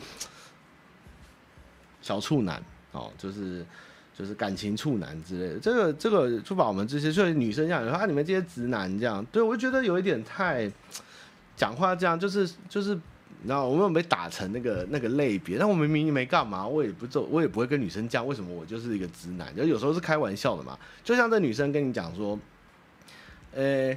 小处男哦，就是就是感情处男之类的。这个这个就把我们这些，所以女生这样啊，你们这些直男这样，对我觉得有一点太讲话这样，就是就是。然后我们有被打成那个那个类别，但我明明没干嘛，我也不做，我也不会跟女生讲为什么我就是一个直男，就有时候是开玩笑的嘛。就像这女生跟你讲说，呃，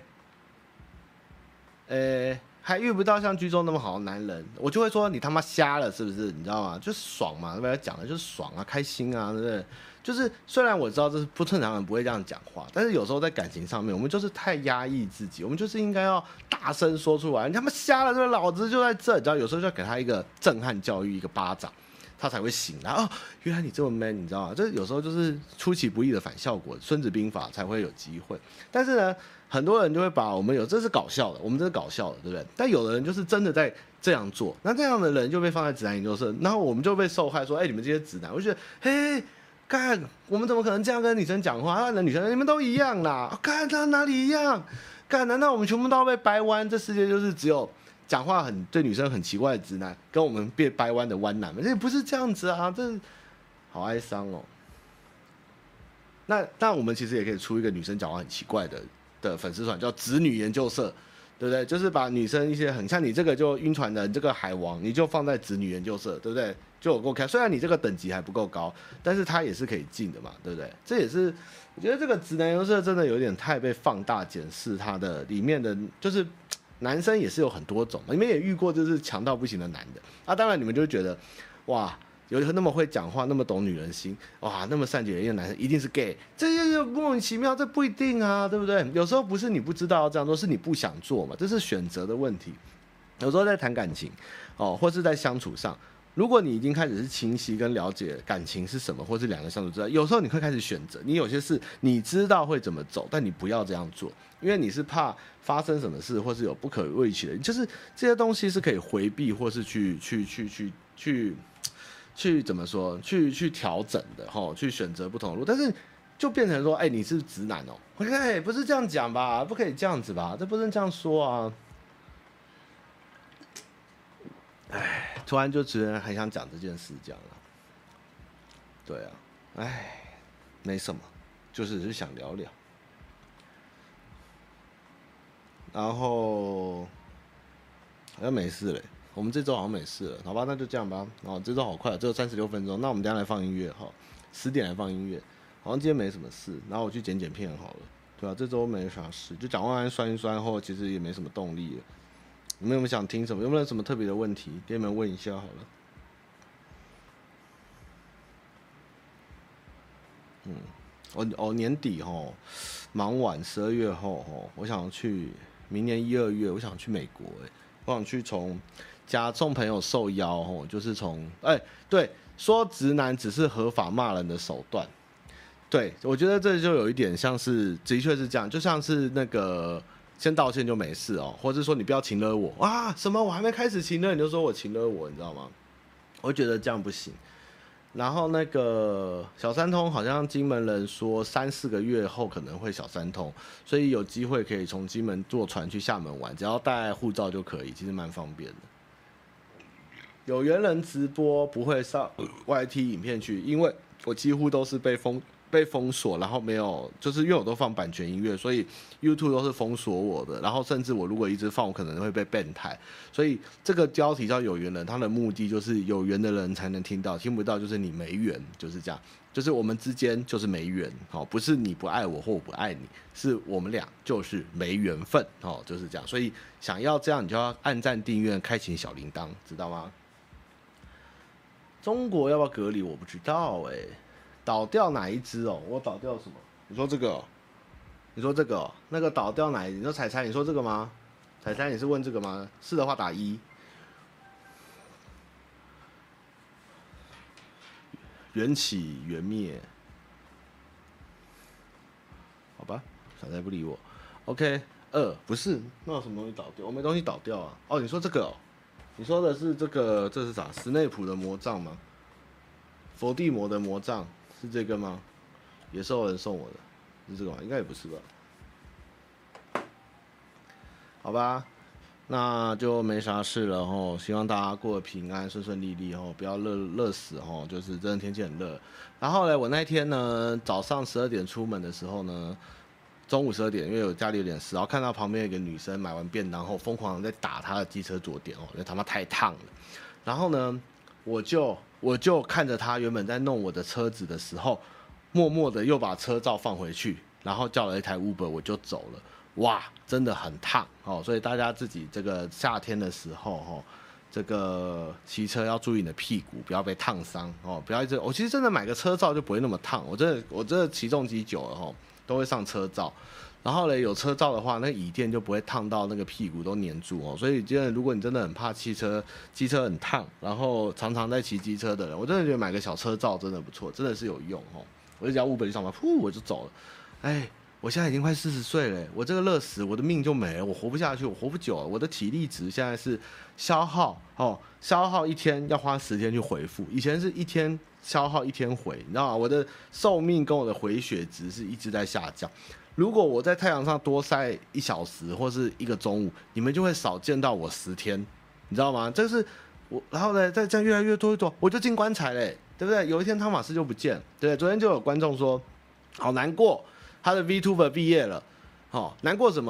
呃，还遇不到像剧中那么好的男人，我就会说你他妈瞎了是不是？你知道吗？就是爽嘛，对不对？讲的就是爽啊，开心啊，对不对？就是虽然我知道这是不正常人不会这样讲话，但是有时候在感情上面，我们就是太压抑自己，我们就是应该要大声说出来。你他妈瞎了，对不对？老子就在这，你知道，有时候就要给他一个震撼教育，一个巴掌，他才会醒来。哦，原来你这么 man， 你知道吗？这有时候就是出其不意的反效果，《孙子兵法》才会有机会。但是呢，很多人就会把我们有这是搞笑的，我们这是搞笑的，对不对？但有的人就是真的在这样做，那这样的人就被放在直男研究社，然后我们就被受害说，哎、欸，你们这些直男，我就觉得，嘿。干，我们怎么可能这样跟女生讲话？那女生你们都一样啦，干他哪里一样？干，难道我们全部都要被掰弯？这世界就是只有讲话很对女生很奇怪的直男，跟我们被掰弯的弯男们，这不是这样子啊！这好哀伤哦。那那我们其实也可以出一个女生讲话很奇怪的的粉丝团，叫直女研究社， 对不对？就是把女生一些很像你这个就晕船的，你这个海王，你就放在子女研究社，对不对？就有够开。虽然你这个等级还不够高，但是它也是可以进的嘛，对不对？这也是我觉得这个直男研究社真的有点太被放大检视，它的里面的就是男生也是有很多种，你们也遇过就是强到不行的男的啊。当然你们就会觉得哇。有那么会讲话，那么懂女人心，哇，那么善解人意的男生一定是 gay， 这就莫名其妙，这不一定啊，对不对？有时候不是你不知道要这样做，是你不想做嘛，这是选择的问题。有时候在谈感情，哦，或是在相处上，如果你已经开始是清晰跟了解感情是什么，或是两个相处之外，有时候你会开始选择，你有些事你知道会怎么走，但你不要这样做，因为你是怕发生什么事，或是有不可预期的，就是这些东西是可以回避，或是去去去去去。去怎么说？去去调整的哈，去选择不同的路，但是就变成说，哎、欸，你是直男哦、喔，哎，不是这样讲吧？不可以这样子吧？这不能这样说啊！哎，突然就觉得很想讲这件事，这样了。对啊，哎，没什么，就是只是想聊聊。然后好像没事嘞。我们这周好像没事了，好吧，那就这样吧。哦，这周好快，只有三十六分钟。那我们等一下来放音乐哈，十点来放音乐。好像今天没什么事，然后我去剪剪片好了，对啊，这周没啥事，就讲完酸一酸后，其实也没什么动力了。你们有没有想听什么？有没有什么特别的问题？给你们问一下好了。嗯，我哦年底哈，忙完十二月后哈，我想去明年一二月，我想去美国哎、欸，我想去从。加送朋友受邀吼，就是从哎、欸、对，说直男只是合法骂人的手段，对我觉得这就有一点像是，的确是这样，就像是那个先道歉就没事哦，或者说你不要情勒我啊，什么我还没开始情勒你就说我情勒我，你知道吗？我觉得这样不行。然后那个小三通好像金门人说三四个月后可能会小三通，所以有机会可以从金门坐船去厦门玩，只要带护照就可以，其实蛮方便的。有缘人直播不会上 Y T 影片去，因为我几乎都是被封被封锁，然后没有，就是因为我都放版权音乐，所以 YouTube 都是封锁我的，然后甚至我如果一直放，我可能会被 ban 台，所以这个标题叫有缘人，它的目的就是有缘的人才能听到，听不到就是你没缘，就是这样，就是我们之间就是没缘，好，不是你不爱我或我不爱你，是我们俩就是没缘分，好，就是这样，所以想要这样，你就要按赞、订阅、开启小铃铛，知道吗？中国要不要隔离？我不知道哎、欸，倒掉哪一只哦？我倒掉什么？你说这个、哦？你说这个、哦？那个倒掉哪一只？你说彩彩，你说这个吗？彩彩，你是问这个吗？是的话打一。缘起缘灭，好吧，彩彩不理我。OK， 二不是，那有什么东西倒掉？我没东西倒掉啊。哦，你说这个哦？你说的是这个，这是啥？史内普的魔杖吗？佛地魔的魔杖是这个吗？也是有人送我的，是这个吗？应该也不是吧。好吧，那就没啥事了吼。希望大家过得平安、顺顺利利吼，不要热热死吼。就是真的天气很热。然后呢，我那天呢早上十二点出门的时候呢。中午十二点，因为我家里有点事，然后看到旁边有一个女生买完便当后，疯狂的在打她的机车左点哦，因为他妈太烫了。然后呢，我就我就看着她原本在弄我的车子的时候，默默的又把车罩放回去，然后叫了一台 Uber， 我就走了。哇，真的很烫哦，所以大家自己这个夏天的时候哦，这个骑车要注意你的屁股，不要被烫伤哦，不要一直。我、哦、其实真的买个车罩就不会那么烫，我真的我真的骑重机久了哦。都会上车罩，然后呢，有车罩的话，那椅垫就不会烫到那个屁股都粘住哦。所以，真的，如果你真的很怕汽车、机车很烫，然后常常在骑机车的人，我真的觉得买个小车罩真的不错，真的是有用哦。我就叫 Uber 去上班，噗，我就走了。哎，我现在已经快四十岁了，我这个热死，我的命就没了，我活不下去，我活不久了。我的体力值现在是消耗哦，消耗一天要花十天去回复，以前是一天。消耗一天回，你知道吗？我的寿命跟我的回血值是一直在下降。如果我在太阳上多晒一小时或是一个中午，你们就会少见到我十天，你知道吗？这是我，然后呢，再这样越来越多越多，我就进棺材嘞，对不对？有一天汤马斯就不见，对不对？昨天就有观众说，好难过，他的 VTuber 毕业了，好、哦、难过什么？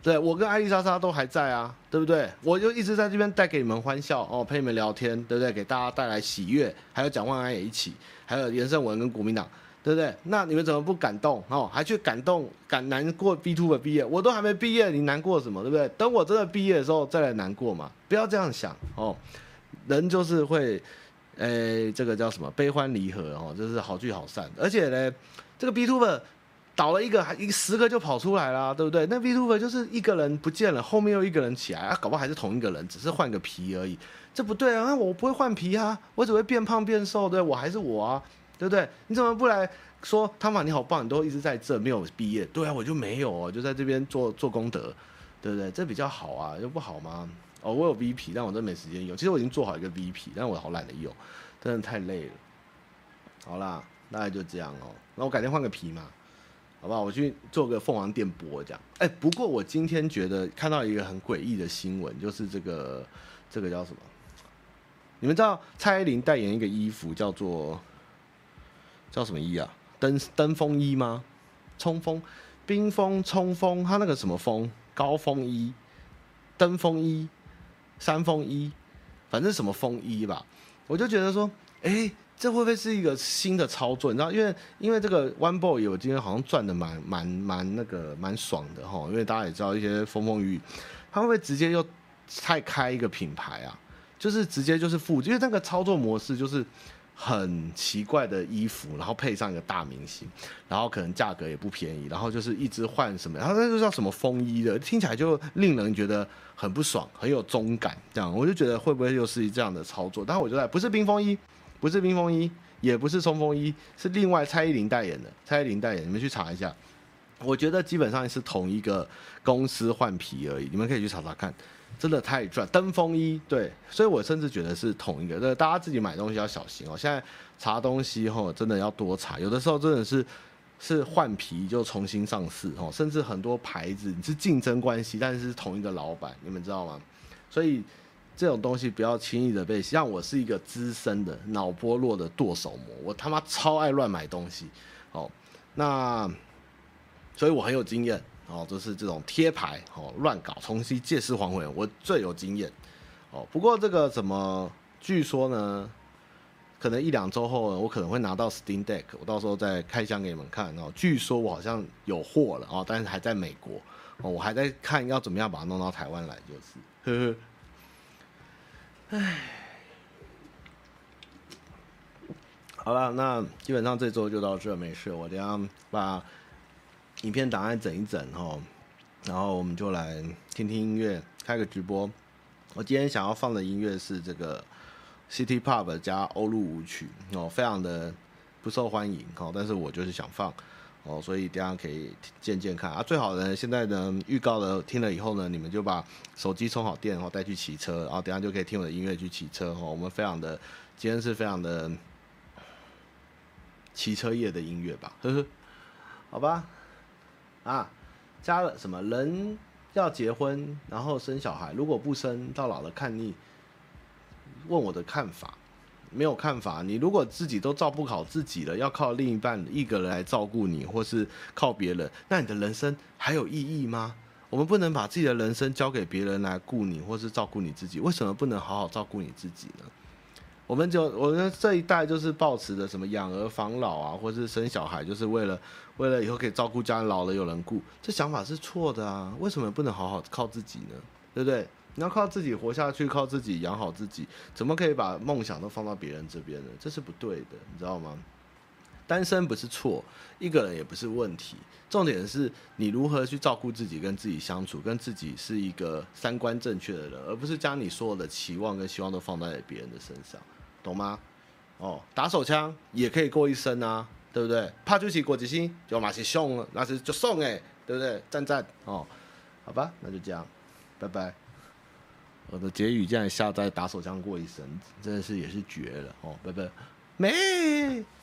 对，我跟艾丽莎莎都还在啊，对不对？我就一直在这边带给你们欢笑哦，陪你们聊天，对不对？给大家带来喜悦，还有蒋万安也一起，还有连胜文跟国民党，对不对？那你们怎么不感动哦？还去感动感难过 B 二 的毕业？我都还没毕业，你难过什么？对不对？等我真的毕业的时候再来难过嘛，不要这样想哦。人就是会，诶，这个叫什么？悲欢离合哦，就是好聚好散。而且呢，这个 B 二倒了一个，还一十个就跑出来啦，对不对？那 VTuber 就是一个人不见了，后面又一个人起来，啊，搞不好还是同一个人，只是换个皮而已，这不对啊！我不会换皮啊，我只会变胖变瘦，对，我还是我啊，对不对？你怎么不来说汤马你好棒，你都一直在这没有毕业？对啊，我就没有哦，就在这边做做功德，对不对？这比较好啊，又不好吗？哦，我有 V P， 但我真没时间用。其实我已经做好一个 V P， 但我好懒得用，真的太累了。好啦，大概就这样哦。那我改天换个皮嘛。好不好？我去做个凤凰电波这样。哎、欸，不过我今天觉得看到一个很诡异的新闻，就是这个这个叫什么？你们知道蔡依林代言一个衣服叫做叫什么衣啊？登登峰衣吗？冲锋、冰封、冲锋，它那个什么风？高峰衣、登峰衣、山峰衣，反正什么风衣吧。我就觉得说，哎、欸。这会不会是一个新的操作？你知道，因为因为这个 One Boy 我今天好像赚的蛮蛮蛮那个蛮爽的哈，因为大家也知道一些风风雨雨，他会不会直接又再开一个品牌啊？就是直接就是复制，因为那个操作模式就是很奇怪的衣服，然后配上一个大明星，然后可能价格也不便宜，然后就是一直换什么，然后那就叫什么风衣的，听起来就令人觉得很不爽，很有中感，这样我就觉得会不会又是这样的操作？但我觉得不是冰风衣。不是冰风衣，也不是冲锋衣，是另外蔡依林代言的。蔡依林代言，你们去查一下。我觉得基本上是同一个公司换皮而已，你们可以去查查看，真的太赚。登峰衣，对，所以我甚至觉得是同一个。这大家自己买东西要小心哦。现在查东西吼，真的要多查，有的时候真的是是换皮就重新上市哦，甚至很多牌子你是竞争关系，但是是同一个老板，你们知道吗？所以。这种东西不要轻易的被，像我是一个资深的脑波弱的剁手魔，我他妈超爱乱买东西，哦，那所以我很有经验，哦，就是这种贴牌，哦，乱搞，重新借尸还魂，我最有经验，哦，不过这个怎么，据说呢，可能一两周后我可能会拿到 Steam Deck， 我到时候再开箱给你们看，哦，据说我好像有货了，哦，但是还在美国，哦，我还在看要怎么样把它弄到台湾来，就是，呵呵。唉，好了，那基本上这周就到这，没事。我等一下把影片档案整一整哈，然后我们就来听听音乐，开个直播。我今天想要放的音乐是这个 City Pop 加欧陆舞曲哦，非常的不受欢迎哦，但是我就是想放哦，所以等一下可以见见看啊。最好呢，现在呢预告了听了以后呢，你们就把手机充好电，然后带去骑车，然后等一下就可以听我的音乐去骑车哦。我们非常的今天是非常的骑车业的音乐吧，呵呵，好吧，啊，加了什么人要结婚，然后生小孩，如果不生，到老了看腻，问我的看法。没有看法，你如果自己都照不好自己了，要靠另一半一个人来照顾你，或是靠别人，那你的人生还有意义吗？我们不能把自己的人生交给别人来顾你，或是照顾你自己，为什么不能好好照顾你自己呢？我们就我们这一代就是抱持的什么养儿防老啊，或是生小孩，就是为了为了以后可以照顾家人，老了有人顾，这想法是错的啊！为什么不能好好靠自己呢？对不对？你要靠自己活下去，靠自己养好自己，怎么可以把梦想都放到别人这边呢？这是不对的，你知道吗？单身不是错，一个人也不是问题，重点是你如何去照顾自己，跟自己相处，跟自己是一个三观正确的人，而不是将你所有的期望跟希望都放在别人的身上，懂吗？哦，打手枪也可以过一生啊，对不对？怕就起过几星就马是送了，那是就送哎、欸，对不对？赞赞哦，好吧，那就这样，拜拜。我的结语竟然下在打手枪过一生，真的是也是绝了哦，拜拜，没。